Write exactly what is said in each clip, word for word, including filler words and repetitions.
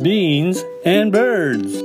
beans, and birds.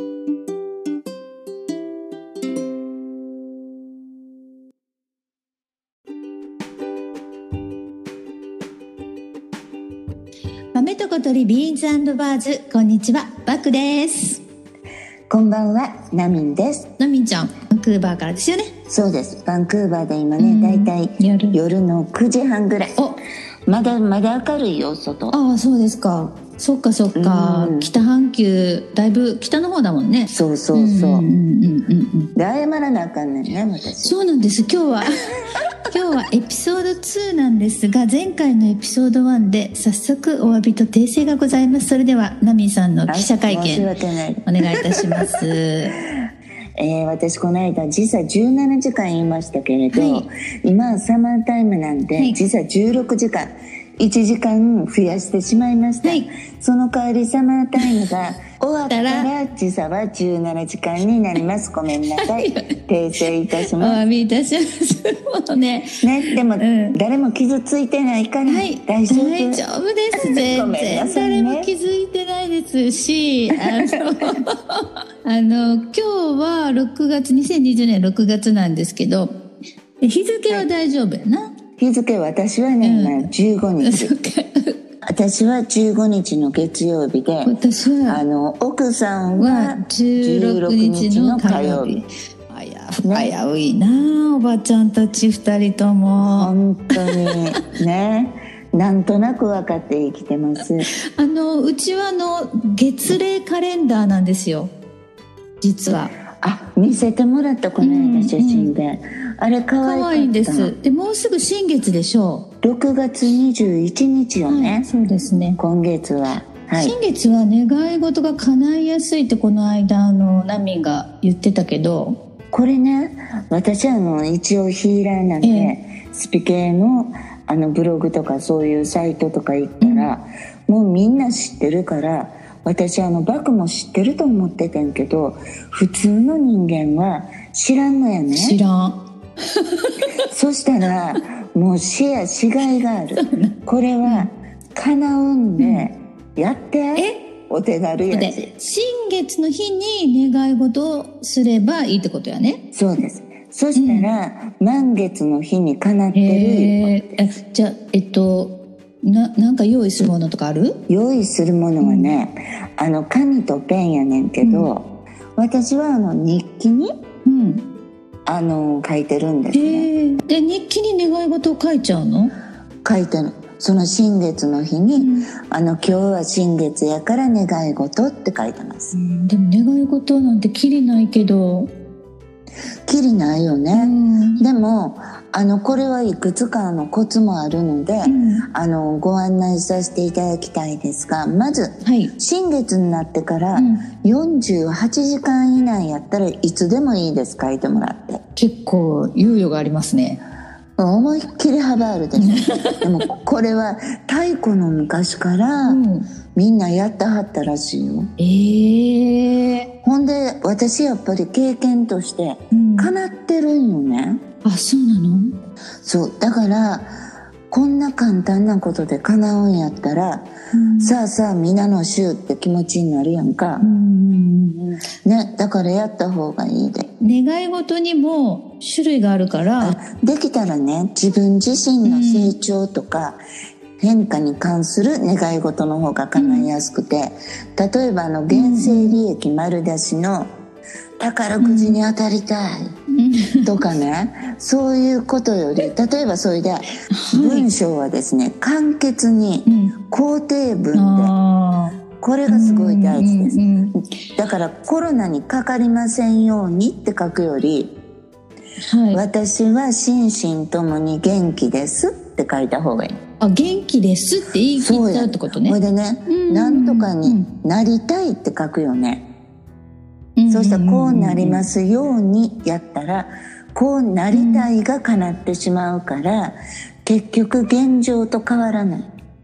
豆と小鳥ビーンズ&バーズ、こんにちは、バクです。 こんばんは、ナミンです。 ナミンちゃん、バンクーバーからですよね。 そうです。バンクーバーで今ね、だいたい夜、夜のくじはんぐらい。お、まだまだ明るいよ、外。 ああ、そうですか。そっかそっか、北半球だいぶ北の方だもんね。 そうそうそう。で、謝らなあかんねんね、私。 そうなんです。今日は今日はエピソードツーなんですが、前回のエピソードワンで早速お詫びと訂正がございます。それではナミンさんの記者会見、申し訳ない、お願いいたします。 えー、私この間時差じゅうななじかん言いましたけれど、はい、今はサマータイムなんで、はい、時差じゅうろくじかん、いちじかん増やしてしまいました、はい、その代わりサマータイムが終わったら時差はじゅうななじかんになります。ごめんなさい、訂正いたします。 お詫びいたしますものね。 ね、でも、うん、誰も傷ついてないから、はい、大丈夫大丈夫です。全然、ね、誰も気づいてないですし、あのあの今日はろくがつにせんにじゅうねんろくがつなんですけど、日付は大丈夫やな、はい、 日付私はね、うん、じゅうごにち私はじゅうごにちの月曜日で、 私はあの奥さんはじゅうろくにちの火曜日。 危ういな、おばちゃんたちふたりとも本当にねなんとなく分かって生きてます。 あのうちはあの月齢カレンダーなんですよ、実は。 あ、見せてもらったこの間写真で、うんうん、あれ可愛かった。可愛いんです。 でもうすぐ新月でしょう。ろくがつにじゅういちにちよね、 はい、そうですね。 今月は、はい、 新月は願い事が叶いやすいってこの間あのナミが言ってたけど、 これね、私あの一応ヒーラーなんで、えー、スピ系のあのブログとかそういうサイトとか行ったら、うん、もうみんな知ってるから、私あのバクも知ってると思ってたんけど、普通の人間は知らんのやね。 知らんそしたらもう視野しがいがある。これは叶うんで、うん、やって、えお手軽やし。 新月の日に願い事をすればいいってことやね。 そうです。そしたら、うん、満月の日にかなってる。 えじゃあえっとななんか用意するものとかある？ 用意するものはね、うん、あの紙とペンやねんけど、うん、私はあの日記に、うん、あの書いてるんですね。 で日記に願い事を書いちゃうの？ 書いてる。その新月の日に、うん、あの今日は新月やから願い事って書いてます、 うん、でも願い事なんてきりないけど。 きりないよね、うん、でもあのこれはいくつかのコツもあるので、うん、あのご案内させていただきたいですが、まず、はい、新月になってからよんじゅうはちじかん以内やったらいつでもいいです、書いてもらって。 結構猶予がありますね。 思いっきり幅あるでしょでもこれは太古の昔から、うん、みんなやってはったらしいよ。 えー、 ほんで私やっぱり経験として叶ってるんよね、 うん、あ、そうなの？ そうだからこんな簡単なことで叶うんやったら、うん、さあさあ皆の衆って気持ちになるやんか、うんね、だからやった方がいいで。 願い事にも種類があるから、 できたらね、自分自身の成長とか、うん、変化に関する願い事の方が叶いやすくて、うん、例えばあの原生利益丸出しの宝くじに当たりたい、うん、とかね、そういうことより、例えばそれで文章はですね、はい、簡潔に肯定文で、うんこれがすごい大事です、うんうんうん、だからコロナにかかりませんようにって書くより、はい、私は心身ともに元気ですって書いた方がいい。 あ、元気ですって言い切ったってことね。 それでね、うんうんうん、なんとかになりたいって書くよね、うんうんうんうん、そうしたらこうなりますようにやったら、こうなりたいが叶ってしまうから、うん、結局現状と変わらない。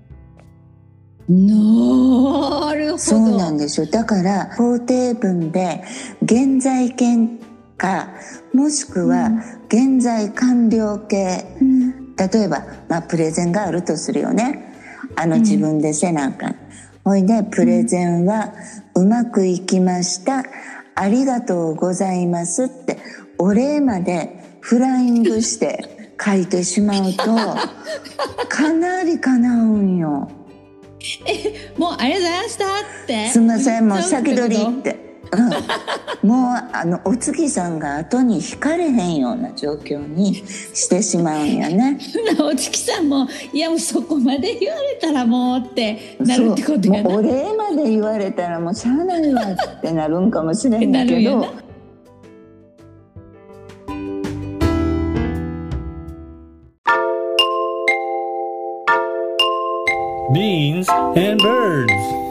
なるほど。 そうなんですよ。だから肯定文で現在形か、もしくは現在完了形、うん、例えば、まあ、プレゼンがあるとするよね。あの自分でせなあかん、うん、 ほいでプレゼンはうまくいきました、ありがとうございますってお礼までフライングして書いてしまうとかなりかなうんよ。 え、もうありがとうございましたってすいません、もう先取りって、うん、もうあのお月さんが後に引かれへんような状況にしてしまうんやね。 お月さんもいやもうそこまで言われたらもうってなるってことやな。 もうお礼まで言われたらもうしゃあないわってなるんかもしれんけど Beans and birds.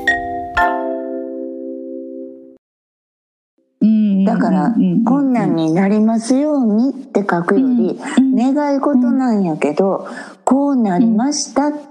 だから困難になりますようにって書くより願い事なんやけど、こうなりましたって、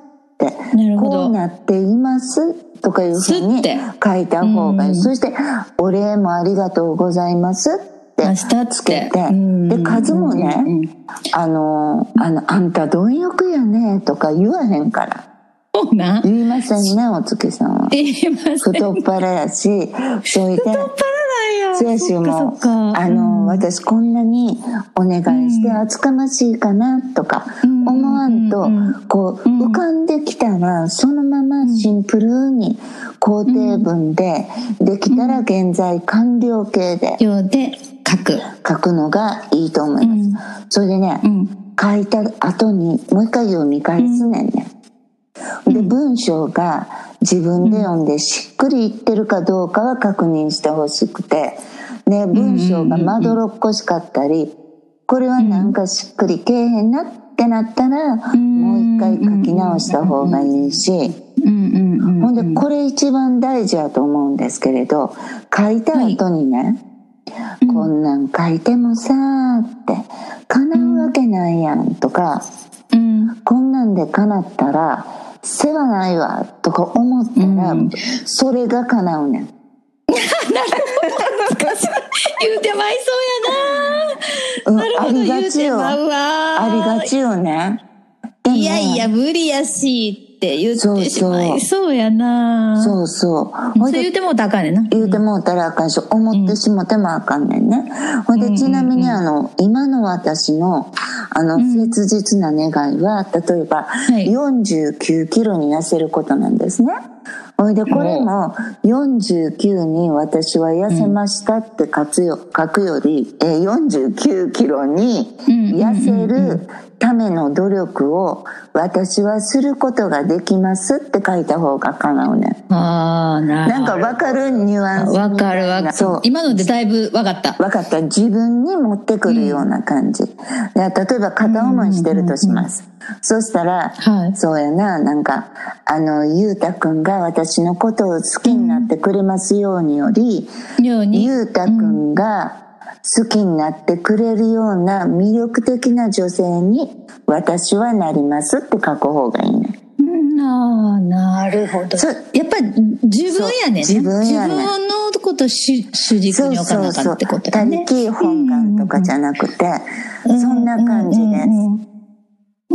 こうなっていますとかいうふうに書いた方がいい。そしてお礼もありがとうございますってつけて、で数もね、あのあのあんた貪欲やねとか言わへんから。 そうなん言いませんね、お月さんは。 言いません。 太っ腹やし、それで太っ腹だよ。 そうやし、もうあの、うん、私こんなにお願いして厚かましいかなとか思わんと、こう浮かんできたらそのままシンプルに肯定文で、できたら現在完了形でで書く書くのがいいと思います。うん、それでね、うん、書いた後にもう一回読み返すねんね。うん、で文章が自分で読んでしっくりいってるかどうかは確認してほしくて、で文章がまどろっこしかったり、これはなんかしっくりけえへんなってなったらもう一回書き直した方がいいし、ほんでこれ一番大事やと思うんですけれど、書いた後にね、はい、こんなん書いてもさーって叶うわけないやんとか、うん、こんなんで叶ったら世話ないわとか思ったら、うん、それが叶うねん。なるほど言うてまいそうやな、うん、なるほど、言うてまうわ、 ありがちよね。 いやいや無理やしって言ってしまいそうやな。 そうそう。 そう言うてもうたらあかんねんな。 言うてもうたらあかんし、思ってしもてもあかんねんね。ほ、うんでちなみにあの今の私のあの切実な願いは、例えばよんじゅうきゅうキロに痩せることなんですね。ほいでこれもよんじゅうきゅうに私は痩せましたって書くよ、書くよりよんじゅうきゅうキロに痩せるための努力を私はすることができますって書いた方が叶うね。 ああ、なるほど。 なんか分かるニュアンス。 分かる分かる。そう。今のでだいぶ分かった。 分かった。自分に持ってくるような感じ。うん、例えば片思いしてるとします。そしたら、はい、そうやな、なんか、あの、ゆうたくんが私のことを好きになってくれますようにより、うん、ゆうたくんが好きになってくれるような魅力的な女性に私はなりますって書く方がいいね。 ああ、なるほど。やっぱり自分やねんね。 自分やねん。 自分のこと主軸に置かなあかんってことだね。 他力本願とかじゃなくて、うんうん、そんな感じです。うんうんうん、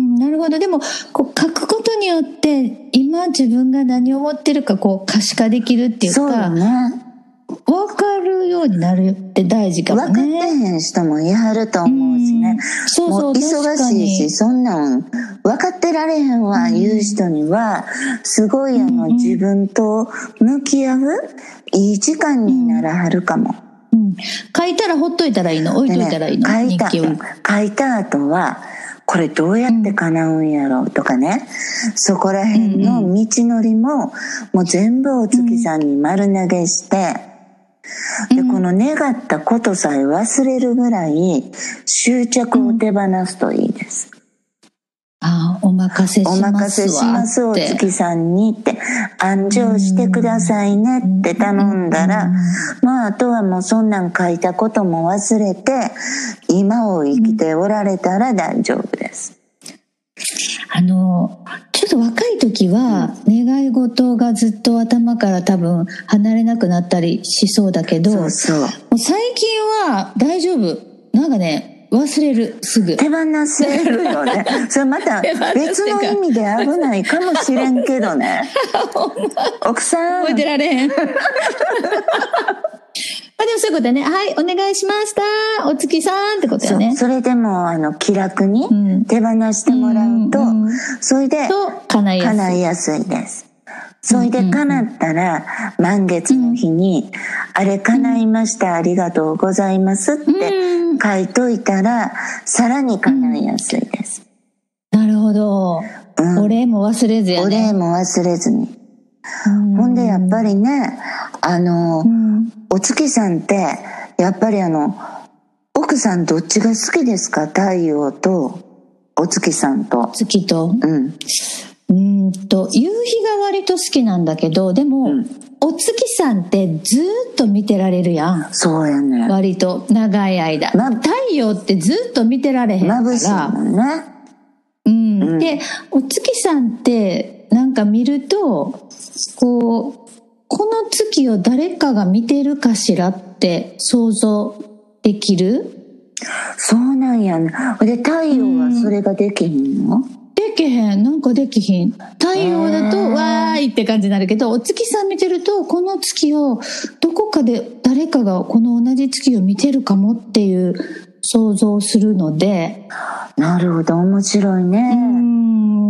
なるほど。でもこう書くことによって今自分が何を思ってるかこう可視化できるっていうか、 そうよね。 分かるようになるって大事かもね。 分かってへん人もいはると思うしね。うん、そうそう、もう忙しいし、そんなん分かってられへんわ、うん、言う人にはすごいあの、うん、自分と向き合ういい時間にならはるかも。 うんうん、書いたらほっといたらいいの、置いといたらいいの、 ね、書いた、書いた後はこれどうやって叶うんやろうとかね、うん、そこら辺の道のりももう全部お月さんに丸投げして、うん、でこの願ったことさえ忘れるぐらい執着を手放すといいです。 ああ、お任せしますわって。 お任せしますお月さんにって安定してくださいねって頼んだら、まああとはもうそんなん書いたことも忘れて今を生きておられたら大丈夫です。 あのちょっと若い時は願い事がずっと頭から多分離れなくなったりしそうだけど、 そうそう、 もう最近は大丈夫。なんかね、 ね、忘れる、すぐ。 手放せるよね。それまた別の意味で危ないかもしれんけどね。奥さん。 覚えてられへん。まあでもそういうことだね。はい、お願いしました。お月さんってことだね。 そ, それでも、あの、気楽に手放してもらうと、うんうん、それで、 叶いやすい。 叶いやすいです。それで叶ったら、満月の日に、うん、あれ叶いました、ありがとうございますって書いといたら、さらに叶いやすいです。 うん、なるほど。うん、お礼も忘れずやね。 お礼も忘れずに。うん、ほんでやっぱりね、あの、うん、お月さんって、やっぱりあの、奥さんどっちが好きですか？太陽とお月さんと。 月と。 うん。 うんと、夕日が割と好きなんだけど、でも、うん、お月さんってずっと見てられるやん。 そうやね。 割と長い間。ま、太陽ってずっと見てられへんから。 眩しいもんね。 うん。うん、で、お月さんってなんか見ると、こう、この月を誰かが見てるかしらって想像できる？ そうなんやね。で、太陽はそれができひんの？ できへん。なんかできひん。太陽だと、わーいって感じになるけど、お月さん見てると、この月を、どこかで誰かがこの同じ月を見てるかもっていう想像をするので。 なるほど、面白いね。 うん。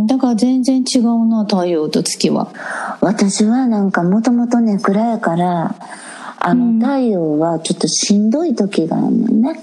だから全然違うな、太陽と月は。 私はなんかもともとね、暗やから、あの、うん、太陽はちょっとしんどい時があるのね。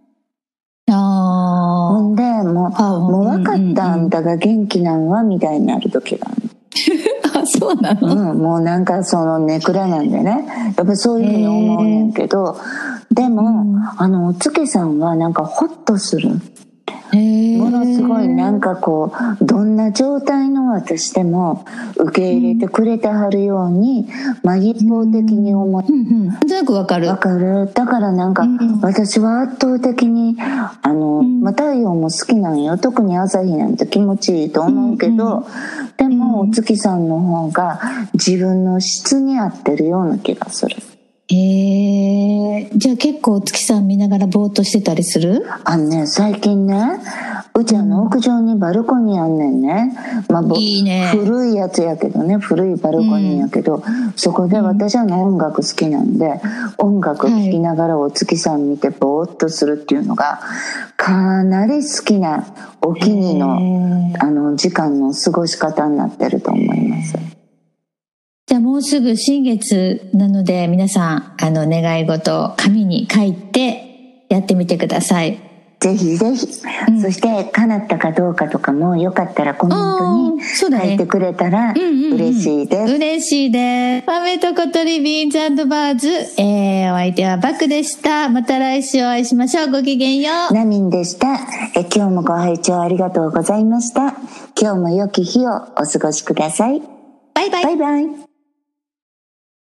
あほんで、もう、もう分かった、あんたが元気なんは、みたいになる時がある。 あ、そうなの？ うん、もうなんかそのね、暗なんでね。やっぱそういうふうに思うねんけど、でも、うん、あの、お月さんはなんかホッとする。ものすごいなんかこう、どんな状態の私でも受け入れてくれてはるように、まあ一方的に思う。 うんうん。なんとなくわかる。 わかる。だからなんか、私は圧倒的に、あの、うん、まあ太陽も好きなんよ。特に朝日なんて気持ちいいと思うけど、うんうん、でもお月さんの方が自分の質に合ってるような気がする。 へえー、じゃあ結構お月さん見ながらぼーっとしてたりする？ あのね、最近ね、うちあの屋上にバルコニーあんねんね。まあ、 いいね。 古いやつやけどね、古いバルコニーやけど、うん、そこで私はの音楽好きなんで、音楽聴きながらお月さん見てぼーっとするっていうのが、かなり好きなお気に入りの、あの時間の過ごし方になってると思います。 じゃあもうすぐ新月なので皆さんあの願い事を紙に書いてやってみてください。 ぜひぜひ、うん、そして叶ったかどうかとかもよかったらコメントに書いてくれたら嬉しいです。 うんうんうん、嬉しいです。ファメと小鳥ビーンズ&バーズ、えー、お相手はバクでした。また来週お会いしましょう。ごきげんよう。 ナミンでした。え今日もご拝聴ありがとうございました。今日も良き日をお過ごしください。 バイバイ。 バイバイ。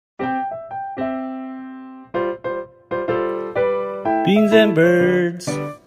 Beans and birds.